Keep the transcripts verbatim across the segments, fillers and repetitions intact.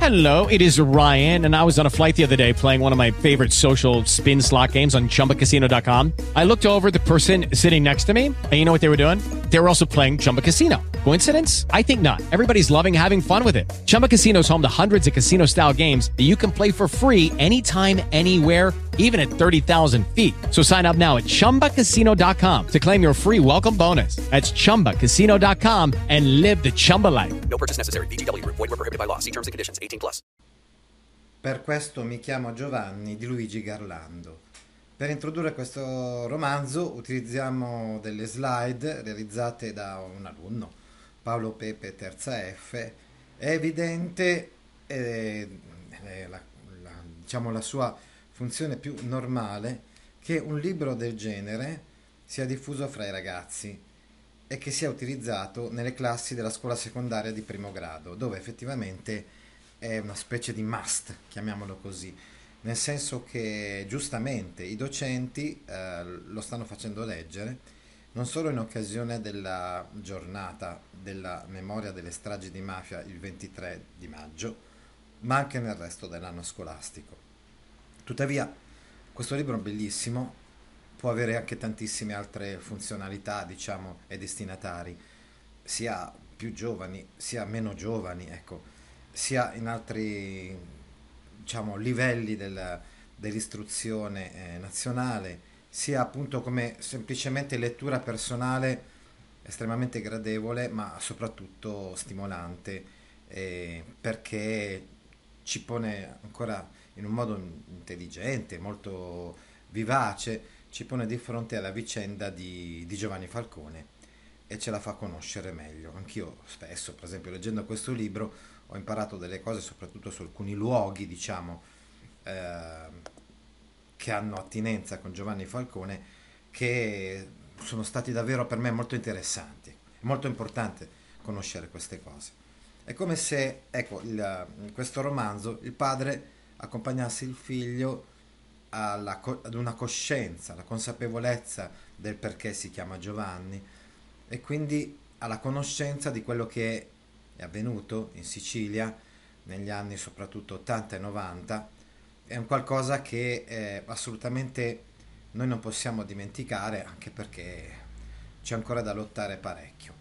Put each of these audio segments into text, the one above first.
Hello, it is Ryan, and I was on a flight the other day playing one of my favorite social spin slot games on Chumba Casino dot com. I looked over at the person sitting next to me, and you know what they were doing? They were also playing Chumba Casino. Coincidence? I think not. Everybody's loving having fun with it. Chumba Casino is home to hundreds of casino-style games that you can play for free anytime, anywhere, even at thirty thousand feet. So sign up now at Chumba Casino dot com to claim your free welcome bonus. That's Chumba Casino dot com and live the Chumba life. No purchase necessary. V G W. Void where prohibited by law. See terms and conditions. eighteen plus. Per questo mi chiamo Giovanni di Luigi Garlando. Per introdurre questo romanzo utilizziamo delle slide realizzate da un alunno, Paolo Pepe terza F. È evidente eh, la, la, diciamo la sua funzione più normale che un libro del genere sia diffuso fra i ragazzi e che sia utilizzato nelle classi della scuola secondaria di primo grado, dove effettivamente è una specie di must, chiamiamolo così, nel senso che giustamente i docenti eh, lo stanno facendo leggere non solo in occasione della giornata della memoria delle stragi di mafia il ventitré di maggio, ma anche nel resto dell'anno scolastico. Tuttavia, questo libro bellissimo può avere anche tantissime altre funzionalità, diciamo, e destinatari, sia più giovani, sia meno giovani, ecco, sia in altri, diciamo, livelli del, dell'istruzione eh, nazionale, sia appunto come semplicemente lettura personale estremamente gradevole, ma soprattutto stimolante, eh, perché ci pone ancora in un modo intelligente, molto vivace, ci pone di fronte alla vicenda di, di Giovanni Falcone e ce la fa conoscere meglio. Anch'io spesso, per esempio, leggendo questo libro ho imparato delle cose, soprattutto su alcuni luoghi, diciamo, eh, che hanno attinenza con Giovanni Falcone, che sono stati davvero per me molto interessanti. È molto importante conoscere queste cose. È come se, ecco, il, in questo romanzo il padre accompagnasse il figlio alla, ad una coscienza, alla consapevolezza del perché si chiama Giovanni e quindi alla conoscenza di quello che è avvenuto in Sicilia negli anni soprattutto ottanta e novanta. È un qualcosa che eh, assolutamente noi non possiamo dimenticare, anche perché c'è ancora da lottare parecchio.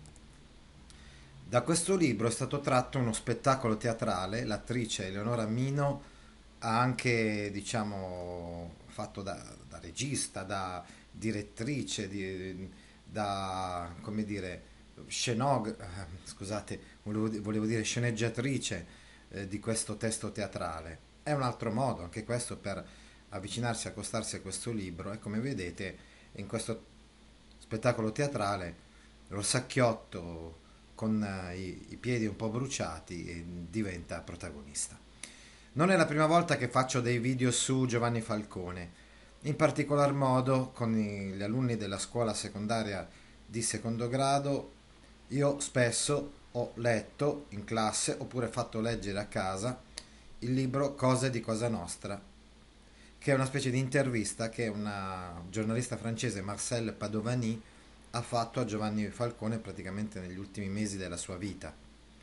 Da questo libro è stato tratto uno spettacolo teatrale. L'attrice Eleonora Mino ha anche, diciamo, fatto da, da regista, da direttrice, di, da, come dire, scenog- eh, scusate, volevo, volevo dire sceneggiatrice eh, di questo testo teatrale. È un altro modo, anche questo, per avvicinarsi, accostarsi a questo libro, e come vedete in questo spettacolo teatrale Rossacchiotto con eh, i, i piedi un po' bruciati eh, diventa protagonista. Non è la prima volta che faccio dei video su Giovanni Falcone, in particolar modo con i, gli alunni della scuola secondaria di secondo grado. Io spesso ho letto in classe oppure fatto leggere a casa il libro Cose di Cosa Nostra, che è una specie di intervista che una giornalista francese, Marcel Padovani, ha fatto a Giovanni Falcone praticamente negli ultimi mesi della sua vita.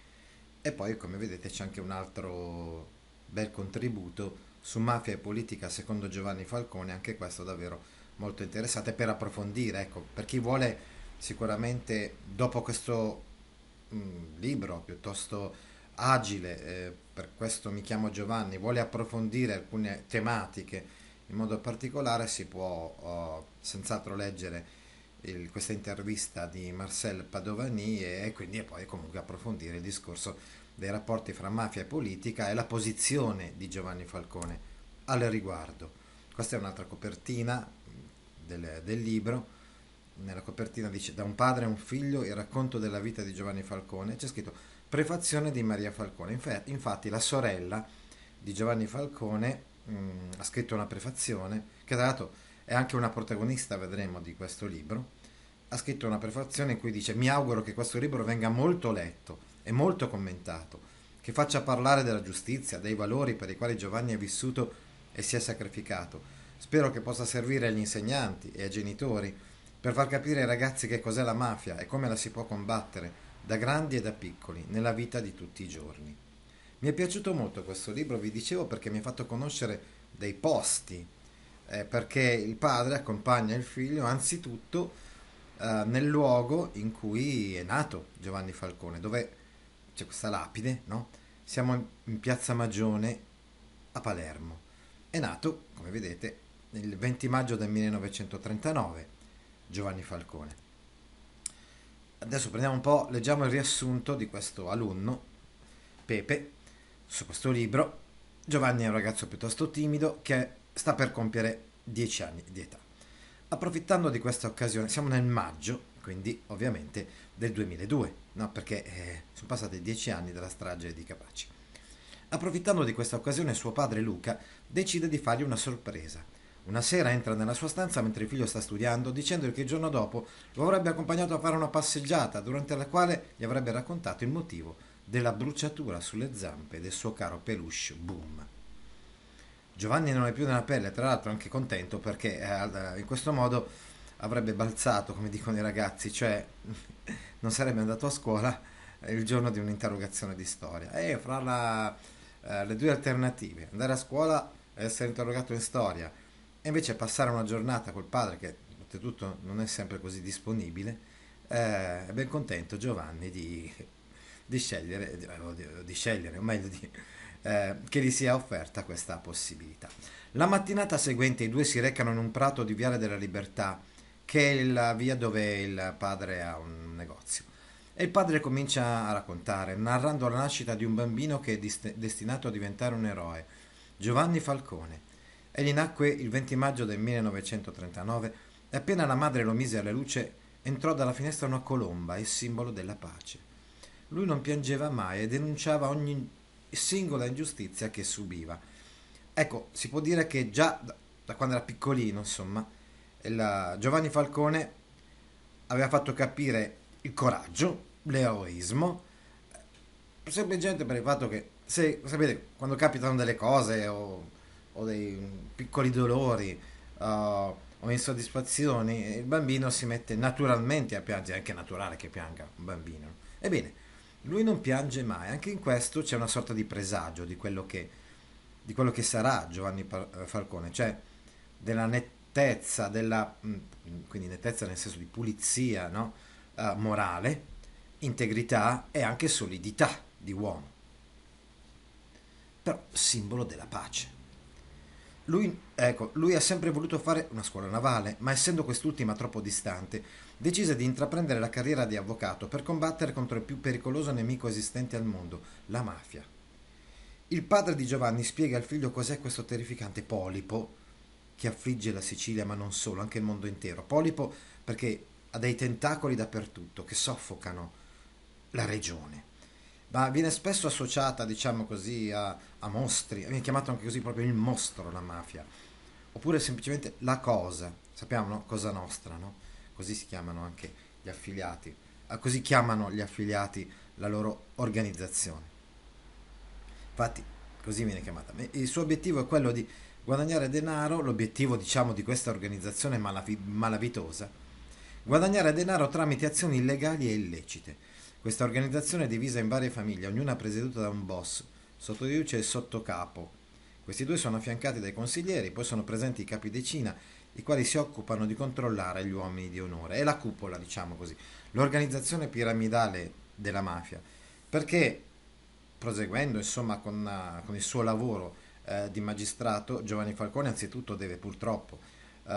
E poi, come vedete, c'è anche un altro bel contributo su mafia e politica secondo Giovanni Falcone, anche questo davvero molto interessante per approfondire, ecco, per chi vuole sicuramente, dopo questo mh, libro piuttosto agile, eh, per questo mi chiamo Giovanni, vuole approfondire alcune tematiche in modo particolare, si può oh, senz'altro leggere il, questa intervista di Marcel Padovani e, e quindi e poi comunque approfondire il discorso dei rapporti fra mafia e politica e la posizione di Giovanni Falcone al riguardo. Questa è un'altra copertina del, del libro. Nella copertina dice: da un padre a un figlio, il racconto della vita di Giovanni Falcone. C'è scritto prefazione di Maria Falcone. Infatti la sorella di Giovanni Falcone mh, ha scritto una prefazione, che tra l'altro è anche una protagonista, vedremo, di questo libro. Ha scritto una prefazione in cui dice: mi auguro che questo libro venga molto letto e molto commentato, che faccia parlare della giustizia, dei valori per i quali Giovanni ha vissuto e si è sacrificato. Spero che possa servire agli insegnanti e ai genitori per far capire ai ragazzi che cos'è la mafia e come la si può combattere da grandi e da piccoli nella vita di tutti i giorni. Mi è piaciuto molto questo libro, vi dicevo, perché mi ha fatto conoscere dei posti, eh, perché il padre accompagna il figlio anzitutto eh, nel luogo in cui è nato Giovanni Falcone, dove c'è questa lapide, no? Siamo in in Piazza Magione a Palermo. È nato, come vedete, il venti maggio del millenovecentotrentanove, Giovanni Falcone. Adesso prendiamo un po', leggiamo il riassunto di questo alunno, Pepe, su questo libro. Giovanni è un ragazzo piuttosto timido che sta per compiere dieci anni di età. Approfittando di questa occasione, siamo nel maggio, quindi ovviamente del duemiladue, no? Perché eh, sono passati dieci anni dalla strage di Capaci. Approfittando di questa occasione, suo padre Luca decide di fargli una sorpresa. Una sera entra nella sua stanza mentre il figlio sta studiando, dicendogli che il giorno dopo lo avrebbe accompagnato a fare una passeggiata, durante la quale gli avrebbe raccontato il motivo della bruciatura sulle zampe del suo caro peluche Boom. Giovanni non è più nella pelle, tra l'altro anche contento perché eh, in questo modo avrebbe balzato, come dicono i ragazzi, cioè non sarebbe andato a scuola il giorno di un'interrogazione di storia. E fra la, eh, le due alternative, andare a scuola e essere interrogato in storia, e invece passare una giornata col padre, che oltretutto non è sempre così disponibile, eh, è ben contento Giovanni di, di scegliere, di, di scegliere, o meglio di, eh, che gli sia offerta questa possibilità. La mattinata seguente i due si recano in un prato di Viale della Libertà, che è la via dove il padre ha un negozio. E il padre comincia a raccontare, narrando la nascita di un bambino che è dist- destinato a diventare un eroe, Giovanni Falcone. Egli nacque il venti maggio del millenovecentotrentanove e appena la madre lo mise alla luce entrò dalla finestra una colomba, il simbolo della pace. Lui non piangeva mai e denunciava ogni singola ingiustizia che subiva. Ecco, si può dire che già da, da quando era piccolino, insomma, il, Giovanni Falcone aveva fatto capire il coraggio, l'eroismo, semplicemente per il fatto che, se sapete, quando capitano delle cose o, o dei piccoli dolori uh, o insoddisfazioni, il bambino si mette naturalmente a piangere, è anche naturale che pianga un bambino. Ebbene, lui non piange mai, anche in questo c'è una sorta di presagio di quello che, di quello che sarà Giovanni Falcone, cioè della nettezza, della, quindi nettezza nel senso di pulizia, no? Uh, morale, integrità e anche solidità di uomo, però simbolo della pace. Lui, ecco, lui ha sempre voluto fare una scuola navale, ma essendo quest'ultima troppo distante, decise di intraprendere la carriera di avvocato per combattere contro il più pericoloso nemico esistente al mondo, la mafia. Il padre di Giovanni spiega al figlio cos'è questo terrificante polipo che affligge la Sicilia, ma non solo, anche il mondo intero. Polipo perché ha dei tentacoli dappertutto che soffocano la regione, ma viene spesso associata, diciamo così, a, a mostri, viene chiamato anche così proprio il mostro, la mafia, oppure semplicemente la cosa, sappiamo, no? Cosa nostra, no? Così si chiamano anche gli affiliati, così chiamano gli affiliati la loro organizzazione. Infatti, così viene chiamata. Il suo obiettivo è quello di guadagnare denaro, l'obiettivo, diciamo, di questa organizzazione malavi- malavitosa, guadagnare denaro tramite azioni illegali e illecite. Questa organizzazione è divisa in varie famiglie, ognuna presieduta da un boss, sotto di lui c'è il sottocapo. Questi due sono affiancati dai consiglieri, poi sono presenti i capi decina, i quali si occupano di controllare gli uomini di onore. È la cupola, diciamo così, l'organizzazione piramidale della mafia. Perché, proseguendo insomma con, uh, con il suo lavoro uh, di magistrato, Giovanni Falcone anzitutto deve purtroppo uh,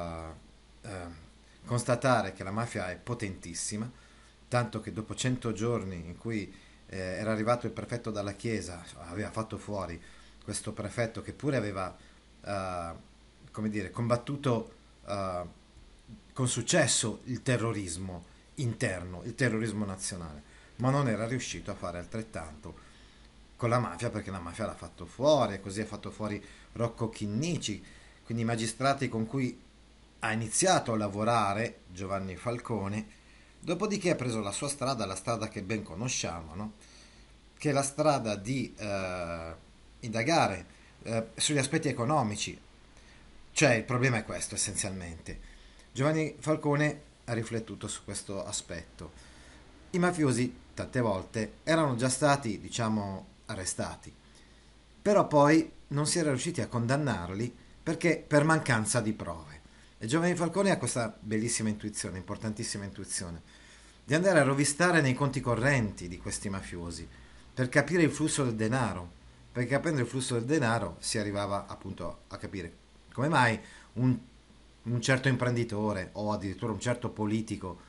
uh, constatare che la mafia è potentissima, tanto che dopo cento giorni in cui eh, era arrivato il prefetto dalla chiesa, aveva fatto fuori questo prefetto che pure aveva uh, come dire, combattuto uh, con successo il terrorismo interno, il terrorismo nazionale, ma non era riuscito a fare altrettanto con la mafia, perché la mafia l'ha fatto fuori, e così ha fatto fuori Rocco Chinnici, quindi i magistrati con cui ha iniziato a lavorare Giovanni Falcone. Dopodiché ha preso la sua strada, la strada che ben conosciamo, no? Che è la strada di eh, indagare eh, sugli aspetti economici. Cioè, il problema è questo essenzialmente. Giovanni Falcone ha riflettuto su questo aspetto. I mafiosi, tante volte, erano già stati, diciamo, arrestati. Però poi non si era riusciti a condannarli perché per mancanza di prove. E Giovanni Falcone ha questa bellissima intuizione, importantissima intuizione, di andare a rovistare nei conti correnti di questi mafiosi per capire il flusso del denaro, perché capendo il flusso del denaro si arrivava appunto a capire come mai un, un certo imprenditore o addirittura un certo politico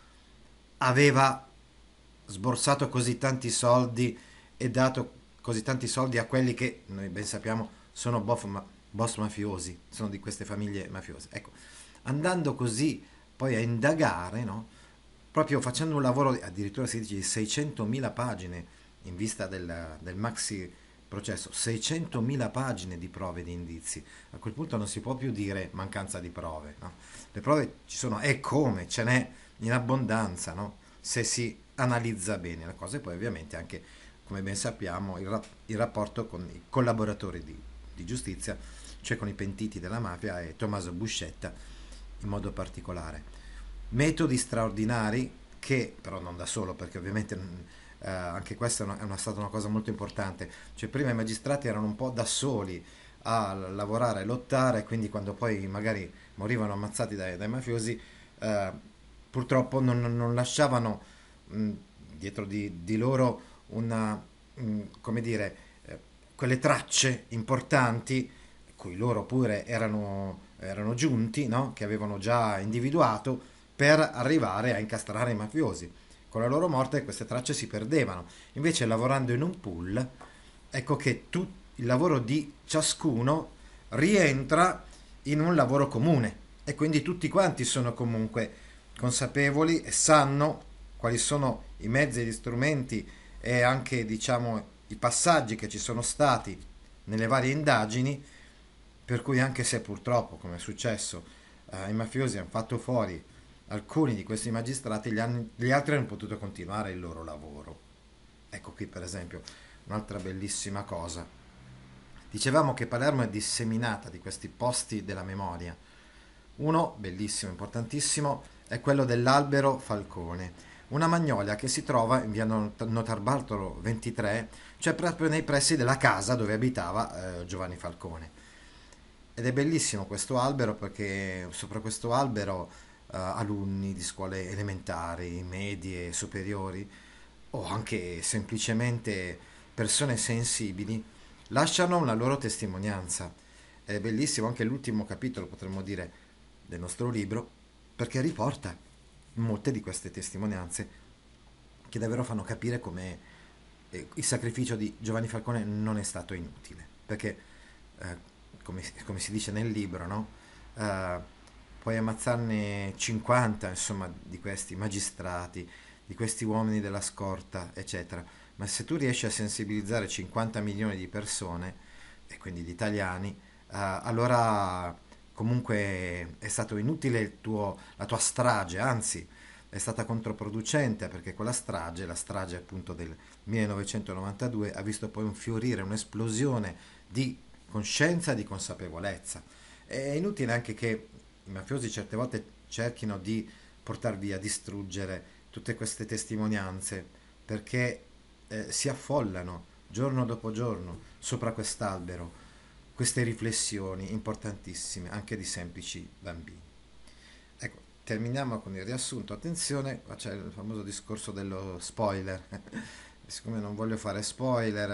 aveva sborsato così tanti soldi e dato così tanti soldi a quelli che noi ben sappiamo sono boss, ma, boss mafiosi, sono di queste famiglie mafiose. Ecco, andando così poi a indagare, no? Proprio facendo un lavoro addirittura si dice di seicentomila pagine in vista del, del maxi processo, seicentomila pagine di prove e di indizi. A quel punto non si può più dire mancanza di prove, no? Le prove ci sono, e come, ce n'è in abbondanza, no? Se si analizza bene la cosa. E poi ovviamente anche, come ben sappiamo, il, rap- il rapporto con i collaboratori di, di giustizia, cioè con i pentiti della mafia e Tommaso Buscetta in modo particolare. Metodi straordinari che, però non da solo, perché ovviamente eh, anche questa è, una, è una, stata una cosa molto importante. Cioè prima i magistrati erano un po' da soli a lavorare e lottare, quindi quando poi magari morivano ammazzati dai, dai mafiosi, eh, purtroppo non, non lasciavano mh, dietro di, di loro una, mh, come dire, eh, quelle tracce importanti cui loro pure erano, erano giunti, no? Che avevano già individuato per arrivare a incastrare i mafiosi. Con la loro morte queste tracce si perdevano. Invece lavorando in un pool, ecco che tu, il lavoro di ciascuno rientra in un lavoro comune e quindi tutti quanti sono comunque consapevoli e sanno quali sono i mezzi e gli strumenti e anche, diciamo, i passaggi che ci sono stati nelle varie indagini, per cui anche se purtroppo, come è successo, eh, i mafiosi hanno fatto fuori alcuni di questi magistrati, gli, hanno, gli altri hanno potuto continuare il loro lavoro. Ecco qui per esempio un'altra bellissima cosa. Dicevamo che Palermo è disseminata di questi posti della memoria. Uno, bellissimo, importantissimo, è quello dell'Albero Falcone, una magnolia che si trova in via Notarbartolo ventitré, cioè proprio nei pressi della casa dove abitava eh, Giovanni Falcone. Ed è bellissimo questo albero perché sopra questo albero eh, alunni di scuole elementari, medie, superiori o anche semplicemente persone sensibili lasciano la loro testimonianza. È bellissimo anche l'ultimo capitolo, potremmo dire, del nostro libro, perché riporta molte di queste testimonianze che davvero fanno capire come eh, il sacrificio di Giovanni Falcone non è stato inutile, perché eh, come, come si dice nel libro, no? Uh, puoi ammazzarne cinquanta, insomma, di questi magistrati, di questi uomini della scorta, eccetera, ma se tu riesci a sensibilizzare cinquanta milioni di persone, e quindi di italiani, uh, allora comunque è stato inutile il tuo, la tua strage, anzi è stata controproducente, perché quella strage, la strage appunto del millenovecentonovantadue, ha visto poi un fiorire, un'esplosione di coscienza, di consapevolezza. È inutile anche che i mafiosi certe volte cerchino di portar via, distruggere tutte queste testimonianze, perché eh, si affollano giorno dopo giorno sopra quest'albero queste riflessioni importantissime anche di semplici bambini. Ecco, terminiamo con il riassunto. Attenzione, qua c'è il famoso discorso dello spoiler. Siccome non voglio fare spoiler,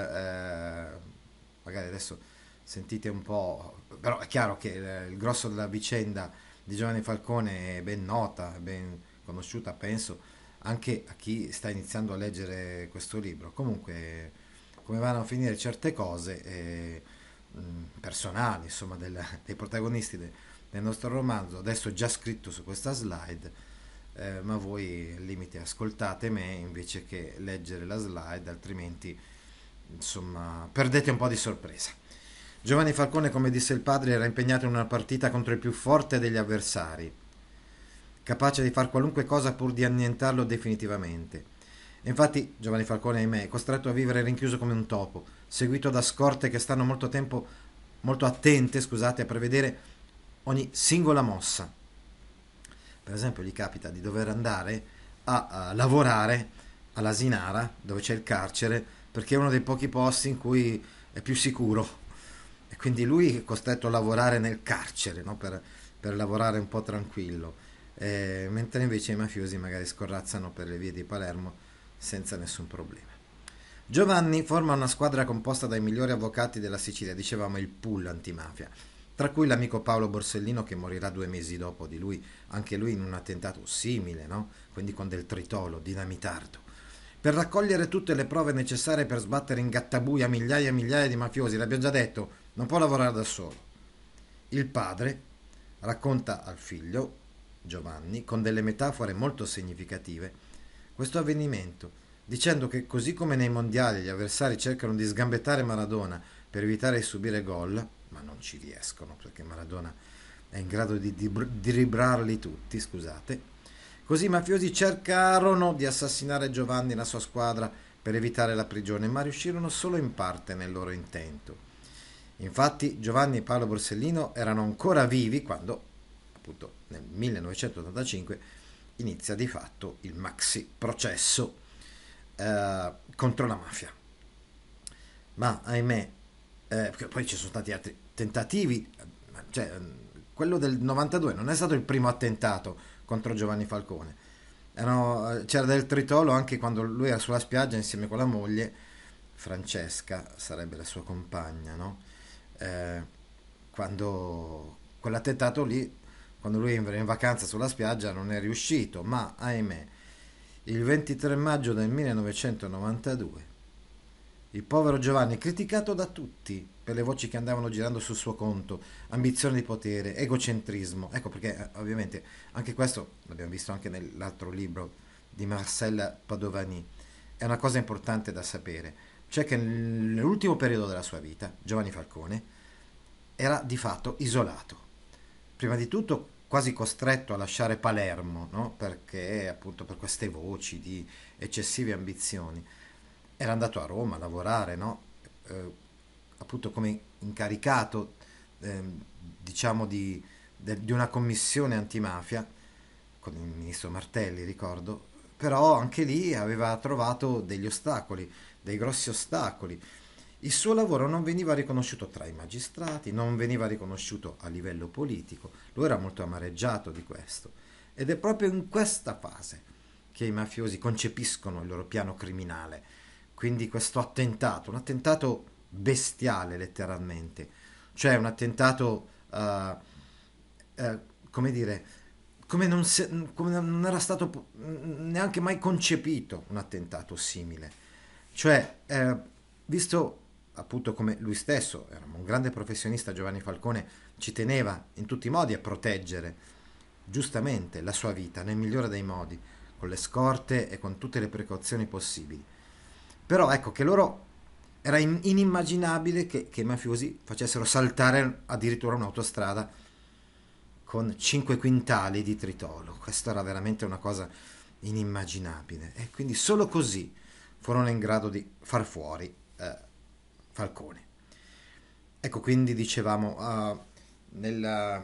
eh, magari adesso sentite un po', però è chiaro che il, il grosso della vicenda di Giovanni Falcone è ben nota, è ben conosciuta, penso, anche a chi sta iniziando a leggere questo libro. Comunque, come vanno a finire certe cose eh, mh, personali, insomma, del, dei protagonisti de, del nostro romanzo, adesso è già scritto su questa slide, eh, ma voi al limite ascoltate me invece che leggere la slide, altrimenti, insomma, perdete un po' di sorpresa. Giovanni Falcone, come disse il padre, era impegnato in una partita contro il più forte degli avversari, capace di far qualunque cosa pur di annientarlo definitivamente. E infatti Giovanni Falcone, ahimè, è costretto a vivere rinchiuso come un topo, seguito da scorte che stanno molto tempo, molto attente, scusate, a prevedere ogni singola mossa. Per esempio gli capita di dover andare a, a lavorare all'Asinara, dove c'è il carcere, perché è uno dei pochi posti in cui è più sicuro, e quindi lui è costretto a lavorare nel carcere, no? per, per lavorare un po' tranquillo, eh, mentre invece i mafiosi magari scorrazzano per le vie di Palermo senza nessun problema. Giovanni forma una squadra composta dai migliori avvocati della Sicilia, dicevamo il pool antimafia, tra cui l'amico Paolo Borsellino, che morirà due mesi dopo di lui, anche lui in un attentato simile, no? Quindi con del tritolo, dinamitardo, per raccogliere tutte le prove necessarie per sbattere in gattabuia migliaia e migliaia di mafiosi. L'abbiamo già detto, non può lavorare da solo. Il padre racconta al figlio, Giovanni, con delle metafore molto significative, questo avvenimento, dicendo che così come nei mondiali gli avversari cercano di sgambettare Maradona per evitare di subire gol, ma non ci riescono perché Maradona è in grado di, di, di dribblarli tutti, scusate, così i mafiosi cercarono di assassinare Giovanni e la sua squadra per evitare la prigione, ma riuscirono solo in parte nel loro intento. Infatti Giovanni e Paolo Borsellino erano ancora vivi quando, appunto, nel millenovecentottantacinque inizia di fatto il maxi processo eh, contro la mafia. Ma ahimè, eh, poi ci sono stati altri tentativi, cioè quello del novantadue non è stato il primo attentato contro Giovanni Falcone. Erano, c'era del tritolo anche quando lui era sulla spiaggia insieme con la moglie, Francesca, sarebbe la sua compagna, no? Eh, quando quell'attentato lì, quando lui era in vacanza sulla spiaggia, non è riuscito, ma ahimè, il ventitré maggio del millenovecentonovantadue, il povero Giovanni, criticato da tutti per le voci che andavano girando sul suo conto, ambizione di potere, egocentrismo, ecco perché ovviamente anche questo l'abbiamo visto anche nell'altro libro di Marcel Padovani, è una cosa importante da sapere, cioè che nell'ultimo periodo della sua vita Giovanni Falcone era di fatto isolato, prima di tutto quasi costretto a lasciare Palermo, no? Perché appunto per queste voci di eccessive ambizioni era andato a Roma a lavorare, no? Eh, appunto come incaricato eh, diciamo di, de, di una commissione antimafia con il ministro Martelli, ricordo, però anche lì aveva trovato degli ostacoli, dei grossi ostacoli. Il suo lavoro non veniva riconosciuto tra i magistrati, non veniva riconosciuto a livello politico, lui era molto amareggiato di questo, ed è proprio in questa fase che i mafiosi concepiscono il loro piano criminale, quindi questo attentato, un attentato bestiale letteralmente, cioè un attentato, uh, uh, come dire, come non, se, come non era stato neanche mai concepito un attentato simile, cioè eh, visto appunto come lui stesso era un grande professionista, Giovanni Falcone ci teneva in tutti i modi a proteggere giustamente la sua vita nel migliore dei modi, con le scorte e con tutte le precauzioni possibili. Però ecco che loro era in, inimmaginabile che, che i mafiosi facessero saltare addirittura un'autostrada con cinque quintali di tritolo. Questa era veramente una cosa inimmaginabile, e quindi solo così furono in grado di far fuori eh, Falcone. Ecco, quindi dicevamo uh, nella,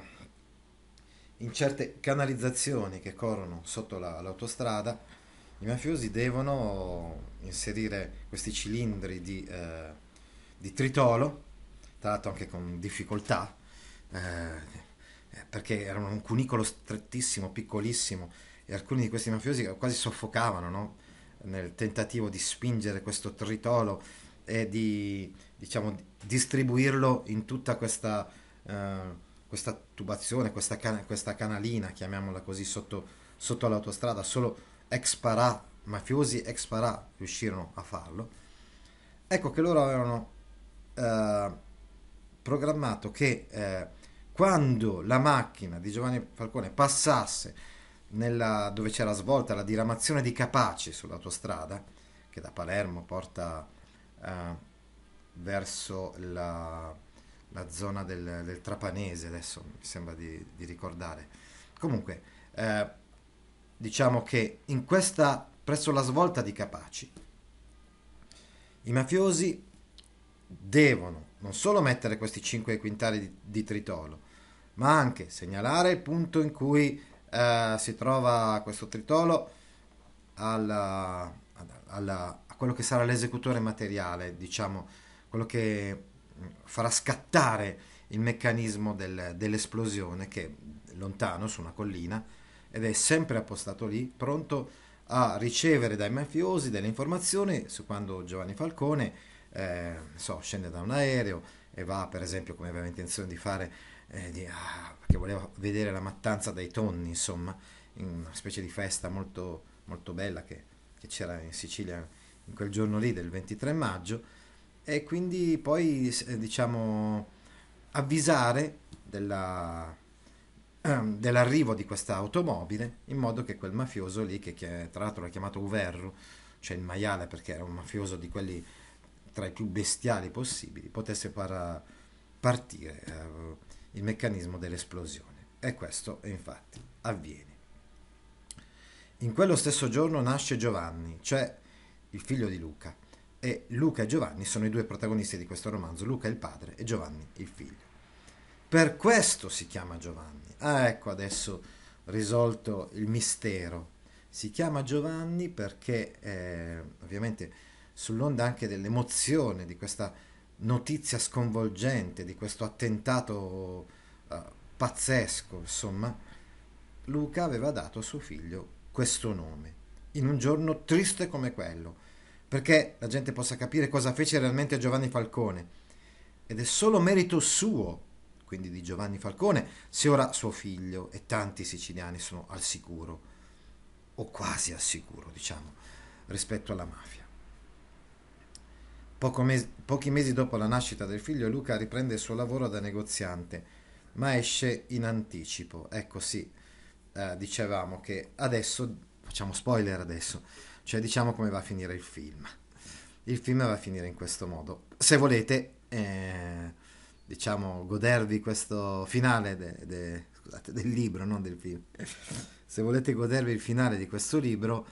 in certe canalizzazioni che corrono sotto la, l'autostrada, i mafiosi devono inserire questi cilindri di, eh, di tritolo, tra l'altro anche con difficoltà, eh, perché erano un cunicolo strettissimo, piccolissimo, e alcuni di questi mafiosi quasi soffocavano, no? Nel tentativo di spingere questo tritolo e di, diciamo, distribuirlo in tutta questa, eh, questa tubazione, questa, can- questa canalina, chiamiamola così, sotto, sotto l'autostrada. Solo ex parà, mafiosi ex parà riuscirono a farlo. Ecco che loro avevano eh, programmato che eh, quando la macchina di Giovanni Falcone passasse nella, dove c'era svolta la diramazione di Capaci sull'autostrada, che da Palermo porta eh, verso la, la zona del, del Trapanese, adesso mi sembra di, di ricordare. Comunque, eh, diciamo che in questa, presso la svolta di Capaci, i mafiosi devono non solo mettere questi cinque quintali di, di tritolo, ma anche segnalare il punto in cui eh, si trova questo tritolo alla, alla, a quello che sarà l'esecutore materiale, diciamo, quello che farà scattare il meccanismo del- dell'esplosione, che è lontano su una collina ed è sempre appostato lì, pronto a ricevere dai mafiosi delle informazioni su quando Giovanni Falcone eh, so, scende da un aereo e va, per esempio, come aveva intenzione di fare, eh, di- ah, perché voleva vedere la mattanza dei tonni, insomma, in una specie di festa molto, molto bella che, che c'era in Sicilia in quel giorno lì del ventitré maggio, e quindi poi, eh, diciamo, avvisare della, ehm, dell'arrivo di questa automobile, in modo che quel mafioso lì, che, che tra l'altro l'ha chiamato Uverru, cioè il maiale perché era un mafioso di quelli tra i più bestiali possibili, potesse far partire eh, il meccanismo dell'esplosione. E questo infatti avviene. In quello stesso giorno nasce Giovanni, cioè il figlio di Luca, e Luca e Giovanni sono i due protagonisti di questo romanzo, Luca è il padre e Giovanni il figlio. Per questo si chiama Giovanni. Ah, ecco adesso risolto il mistero. Si chiama Giovanni perché eh, ovviamente sull'onda anche dell'emozione di questa notizia sconvolgente, di questo attentato eh, pazzesco, insomma, Luca aveva dato a suo figlio questo nome, in un giorno triste come quello, perché la gente possa capire cosa fece realmente Giovanni Falcone. Ed è solo merito suo, quindi di Giovanni Falcone, se ora suo figlio e tanti siciliani sono al sicuro, o quasi al sicuro, diciamo, rispetto alla mafia. Poco mes- pochi mesi dopo la nascita del figlio, Luca riprende il suo lavoro da negoziante, ma esce in anticipo. Ecco sì, eh, dicevamo che adesso, facciamo spoiler adesso, cioè diciamo come va a finire il film. Il film va a finire in questo modo. Se volete, eh, diciamo, godervi questo finale de- de- scusate, del libro, non del film. Se volete godervi il finale di questo libro,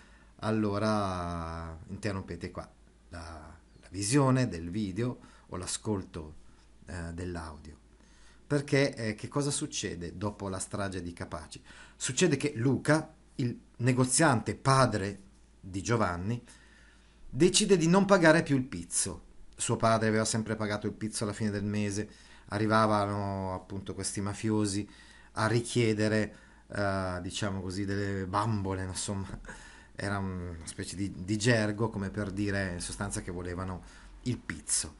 allora interrompete qua la, la visione del video o l'ascolto eh, dell'audio. Perché eh, che cosa succede dopo la strage di Capaci? Succede che Luca, il negoziante padre di Giovanni, decide di non pagare più il pizzo. Suo padre aveva sempre pagato il pizzo alla fine del mese, arrivavano appunto questi mafiosi a richiedere, eh, diciamo così, delle bambole, insomma, era una specie di, di gergo come per dire in sostanza che volevano il pizzo.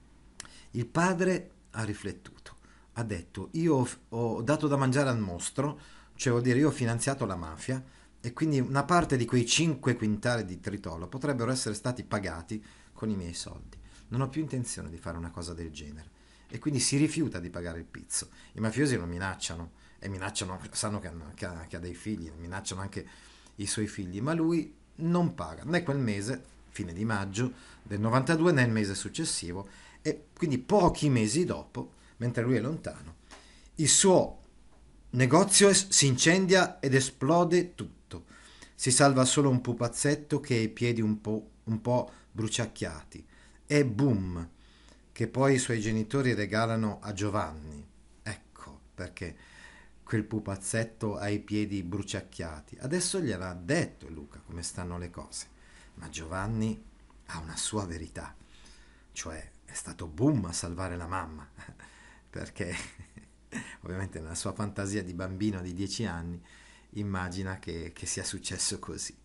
Il padre ha riflettuto, ha detto io ho, ho dato da mangiare al mostro, cioè vuol dire io ho finanziato la mafia e quindi una parte di quei cinque quintali di tritolo potrebbero essere stati pagati con i miei soldi. Non ho più intenzione di fare una cosa del genere. E quindi si rifiuta di pagare il pizzo. I mafiosi lo minacciano e minacciano, sanno che, hanno- che ha, che ha dei figli, minacciano anche i suoi figli, ma lui non paga né quel mese, fine di maggio del novantadue, né il mese successivo, e quindi pochi mesi dopo, mentre lui è lontano, il suo negozio es- si incendia ed esplode tutto. Si salva solo un pupazzetto che ha i piedi un po', un po' bruciacchiati. E boom, che poi i suoi genitori regalano a Giovanni. Ecco perché quel pupazzetto ha i piedi bruciacchiati. Adesso gliel'ha detto Luca come stanno le cose, ma Giovanni ha una sua verità, cioè è stato boom a salvare la mamma, perché ovviamente nella sua fantasia di bambino di dieci anni immagina che, che sia successo così.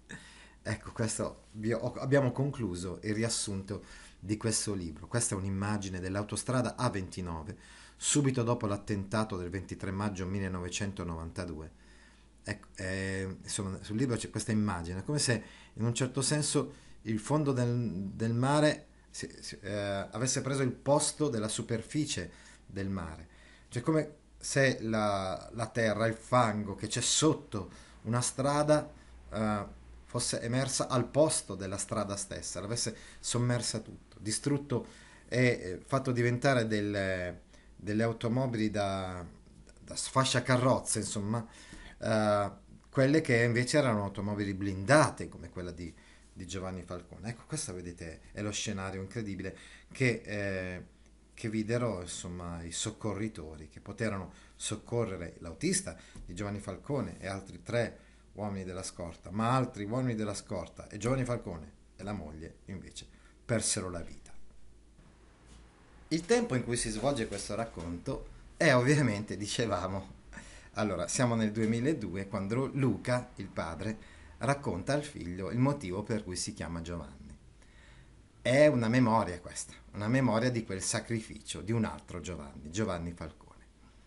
Ecco, questo abbiamo concluso il riassunto di questo libro. Questa è un'immagine dell'autostrada A ventinove, subito dopo l'attentato del ventitré maggio millenovecentonovantadue. Ecco, eh, insomma, sul libro c'è questa immagine, come se in un certo senso il fondo del, del mare si- si- eh, avesse preso il posto della superficie del mare. Cioè come se la, la terra, il fango che c'è sotto una strada eh, fosse emersa al posto della strada stessa, l'avesse sommersa tutto, distrutto e eh, fatto diventare delle, delle automobili da, da sfasciacarrozze, insomma, eh, quelle che invece erano automobili blindate, come quella di, di Giovanni Falcone. Ecco, questo vedete è lo scenario incredibile che, eh, che videro, insomma, i soccorritori che poterono soccorrere l'autista di Giovanni Falcone e altri tre uomini della scorta, ma altri uomini della scorta e Giovanni Falcone e la moglie invece persero la vita. Il tempo in cui si svolge questo racconto è ovviamente, dicevamo, allora siamo nel duemiladue quando Luca, il padre, racconta al figlio il motivo per cui si chiama Giovanni. È una memoria questa, una memoria di quel sacrificio di un altro Giovanni, Giovanni Falcone.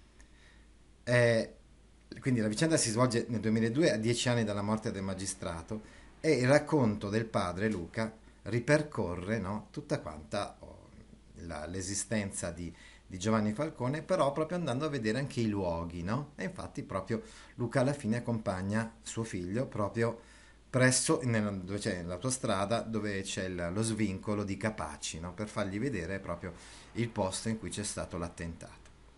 È, quindi la vicenda si svolge nel duemiladue, a dieci anni dalla morte del magistrato, e il racconto del padre Luca ripercorre, no, tutta quanta oh, la, l'esistenza di, di Giovanni Falcone, però proprio andando a vedere anche i luoghi, no? E infatti proprio Luca alla fine accompagna suo figlio proprio presso nella, dove c'è l'autostrada dove c'è il- lo svincolo di Capaci, no? Per fargli vedere proprio il posto in cui c'è stato l'attentato.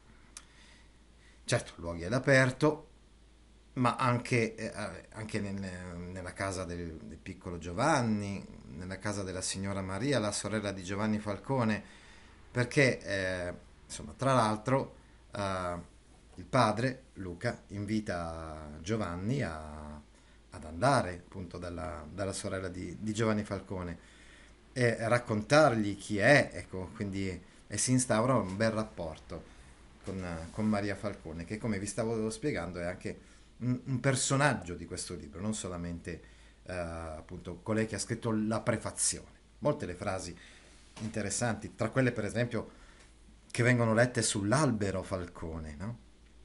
Certo, luoghi all'aperto, ma anche, eh, anche nel- nella casa del, del piccolo Giovanni, nella casa della signora Maria, la sorella di Giovanni Falcone, perché, eh, insomma, tra l'altro, eh, il padre, Luca, invita Giovanni a- ad andare appunto dalla, dalla sorella di, di Giovanni Falcone e raccontargli chi è, ecco, quindi e si instaura un bel rapporto con, con Maria Falcone, che come vi stavo spiegando è anche un, un personaggio di questo libro, non solamente eh, appunto colei che ha scritto la prefazione. Molte le frasi interessanti, tra quelle per esempio che vengono lette sull'albero Falcone, no?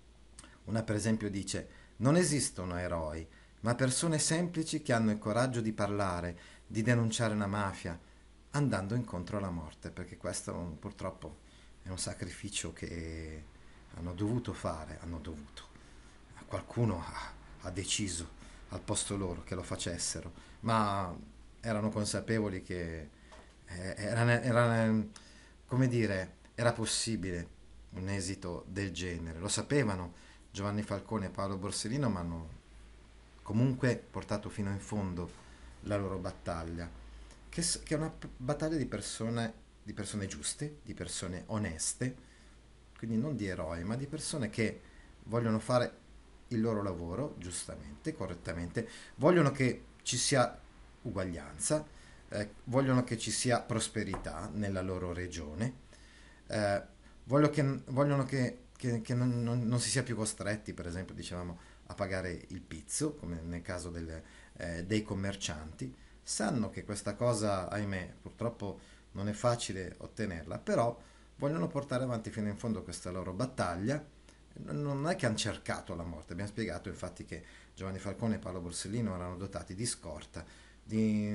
Una per esempio dice: non esistono eroi, ma persone semplici che hanno il coraggio di parlare, di denunciare una mafia, andando incontro alla morte, perché questo purtroppo è un sacrificio che hanno dovuto fare, hanno dovuto. Qualcuno ha, ha deciso al posto loro che lo facessero, ma erano consapevoli che eh, era, era, come dire, era possibile un esito del genere. Lo sapevano Giovanni Falcone e Paolo Borsellino, ma hanno comunque portato fino in fondo la loro battaglia, che, s- che è una p- battaglia di persone, di persone giuste, di persone oneste, quindi non di eroi, ma di persone che vogliono fare il loro lavoro giustamente, correttamente, vogliono che ci sia uguaglianza, eh, vogliono che ci sia prosperità nella loro regione, eh, voglio che- vogliono che, che- che non, non- non si sia più costretti, per esempio, dicevamo, a pagare il pizzo, come nel caso del- eh, dei commercianti. Sanno che questa cosa, ahimè, purtroppo non è facile ottenerla, però vogliono portare avanti fino in fondo questa loro battaglia. Non è che hanno cercato la morte, abbiamo spiegato infatti che Giovanni Falcone e Paolo Borsellino erano dotati di scorta, di,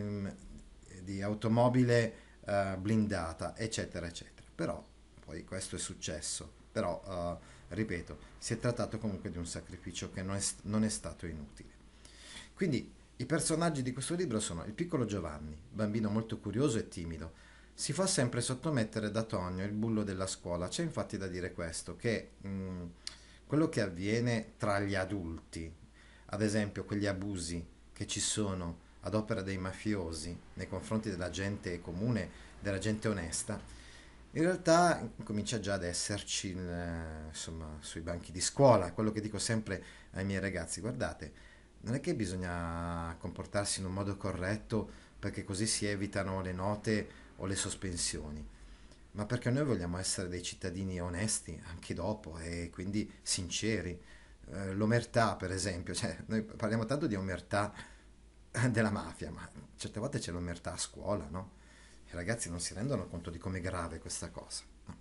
di automobile eh, blindata, eccetera, eccetera. Però poi questo è successo, però eh, ripeto, si è trattato comunque di un sacrificio che non è, non è stato inutile. Quindi i personaggi di questo libro sono il piccolo Giovanni, bambino molto curioso e timido. Si fa sempre sottomettere da Tonio, il bullo della scuola. C'è infatti da dire questo, che mh, quello che avviene tra gli adulti, ad esempio quegli abusi che ci sono ad opera dei mafiosi nei confronti della gente comune, della gente onesta, in realtà comincia già ad esserci eh, insomma, sui banchi di scuola. Quello che dico sempre ai miei ragazzi: guardate, non è che bisogna comportarsi in un modo corretto perché così si evitano le note o le sospensioni, ma perché noi vogliamo essere dei cittadini onesti anche dopo e quindi sinceri. Eh, l'omertà, per esempio, cioè, noi parliamo tanto di omertà della mafia, ma certe volte c'è l'omertà a scuola, no? I ragazzi non si rendono conto di come è grave questa cosa, no?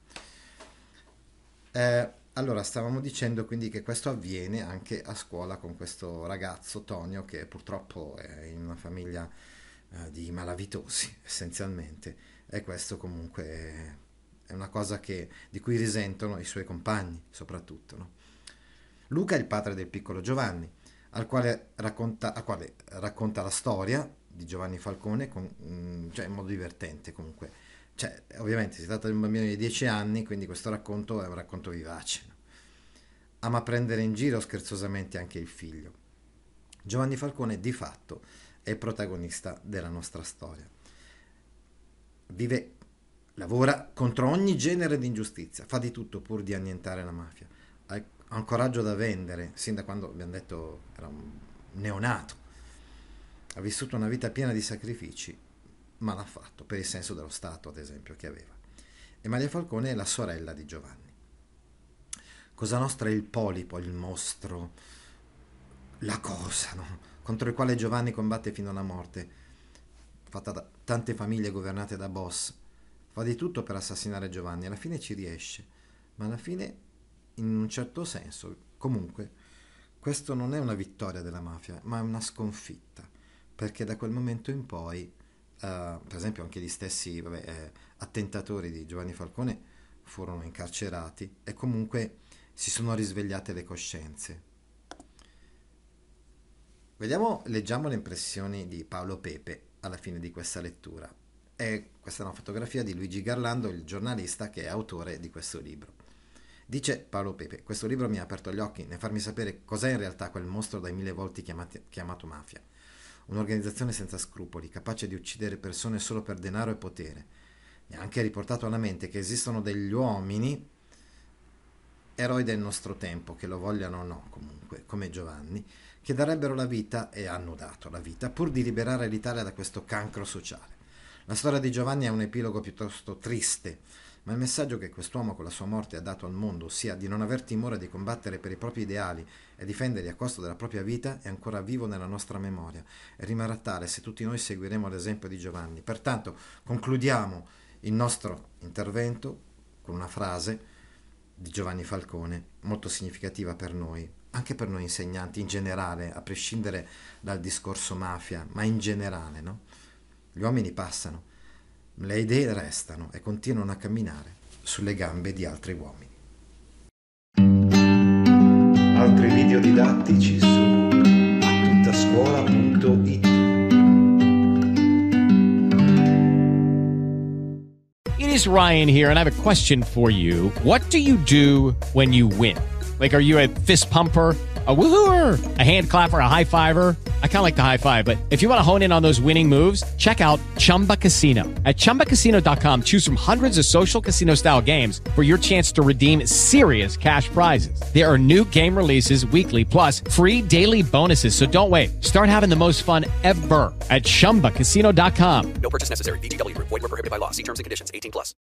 Eh, allora, stavamo dicendo quindi che questo avviene anche a scuola con questo ragazzo Tonio, che purtroppo è in una famiglia eh, di malavitosi, essenzialmente, e questo comunque è è una cosa che- di cui risentono i suoi compagni, soprattutto, no? Luca è il padre del piccolo Giovanni, al quale racconta, al quale racconta la storia di Giovanni Falcone con- mm, cioè in modo divertente comunque. Cioè, ovviamente si tratta di un bambino di dieci anni, quindi questo racconto è un racconto vivace. Ama prendere in giro scherzosamente anche il figlio. Giovanni Falcone di fatto è il protagonista della nostra storia. Vive, lavora contro ogni genere di ingiustizia, fa di tutto pur di annientare la mafia. Ha ha un coraggio da vendere, sin da quando abbiamo detto era un neonato. Ha vissuto una vita piena di sacrifici, ma l'ha fatto per il senso dello Stato, ad esempio, che aveva. E Maria Falcone è la sorella di Giovanni. Cosa Nostra è il polipo, il mostro, la cosa, no? Contro il quale Giovanni combatte fino alla morte, fatta da tante famiglie governate da boss. Fa di tutto per assassinare Giovanni, alla fine ci riesce, ma alla fine, in un certo senso, comunque, questo non è una vittoria della mafia, ma è una sconfitta, perché da quel momento in poi, uh, per esempio anche gli stessi vabbè, eh, attentatori di Giovanni Falcone furono incarcerati e comunque si sono risvegliate le coscienze. Vediamo, leggiamo le impressioni di Paolo Pepe alla fine di questa lettura. E questa è una fotografia di Luigi Garlando, il giornalista che è autore di questo libro. Dice Paolo Pepe: questo libro mi ha aperto gli occhi nel farmi sapere cos'è in realtà quel mostro dai mille volti chiamati, chiamato mafia. Un'organizzazione senza scrupoli, capace di uccidere persone solo per denaro e potere. Mi ha anche riportato alla mente che esistono degli uomini, eroi del nostro tempo, che lo vogliano o no comunque, come Giovanni, che darebbero la vita, e hanno dato la vita, pur di liberare l'Italia da questo cancro sociale. La storia di Giovanni è un epilogo piuttosto triste, ma il messaggio che quest'uomo con la sua morte ha dato al mondo, ossia di non aver timore di combattere per i propri ideali e difenderli a costo della propria vita, è ancora vivo nella nostra memoria e rimarrà tale se tutti noi seguiremo l'esempio di Giovanni. Pertanto concludiamo il nostro intervento con una frase di Giovanni Falcone, molto significativa per noi, anche per noi insegnanti in generale, a prescindere dal discorso mafia, ma in generale, no? Gli uomini passano, le idee restano e continuano a camminare sulle gambe di altri uomini. Altri video didattici su a tutta scuola punto it. It is Ryan here, and I have a question for you. What do you do when you win? Like, are you a fist pumper, a woohooer, a hand clapper, a high fiver? I kind of like the high five, but if you want to hone in on those winning moves, check out Chumba Casino. At chumba casino dot com, choose from hundreds of social casino style games for your chance to redeem serious cash prizes. There are new game releases weekly, plus free daily bonuses. So don't wait. Start having the most fun ever at chumba casino dot com. No purchase necessary. V G W Group. Void where prohibited by law. See terms and conditions. eighteen plus.